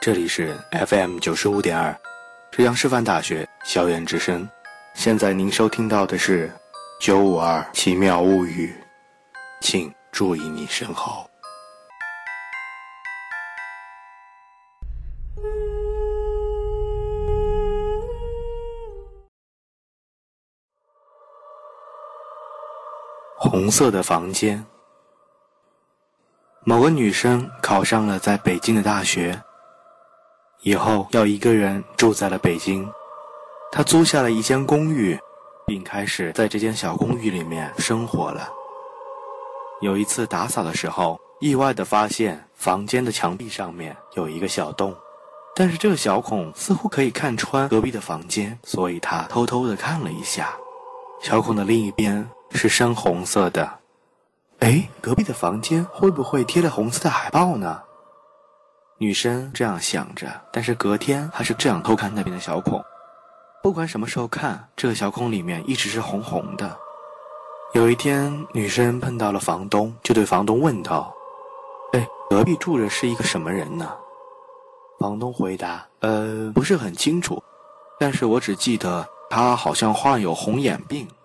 这里是 FM95.2 浙江师范大学校园之声，现在您收听到的是952奇妙物语，请注意你身后。红色的房间。某个女生考上了在北京的大学，以后要一个人住在了北京。她租下了一间公寓，并开始在这间小公寓里面生活了。有一次打扫的时候，意外地发现房间的墙壁上面有一个小洞，但是这个小孔似乎可以看穿隔壁的房间，所以她偷偷地看了一下，小孔的另一边是深红色的。隔壁的房间会不会贴了红色的海报呢？女生这样想着，但是隔天还是这样偷看那边的小孔。不管什么时候看，这个小孔里面一直是红红的。有一天，女生碰到了房东，就对房东问道：隔壁住着是一个什么人呢？房东回答：不是很清楚，但是我只记得他好像患有红眼病，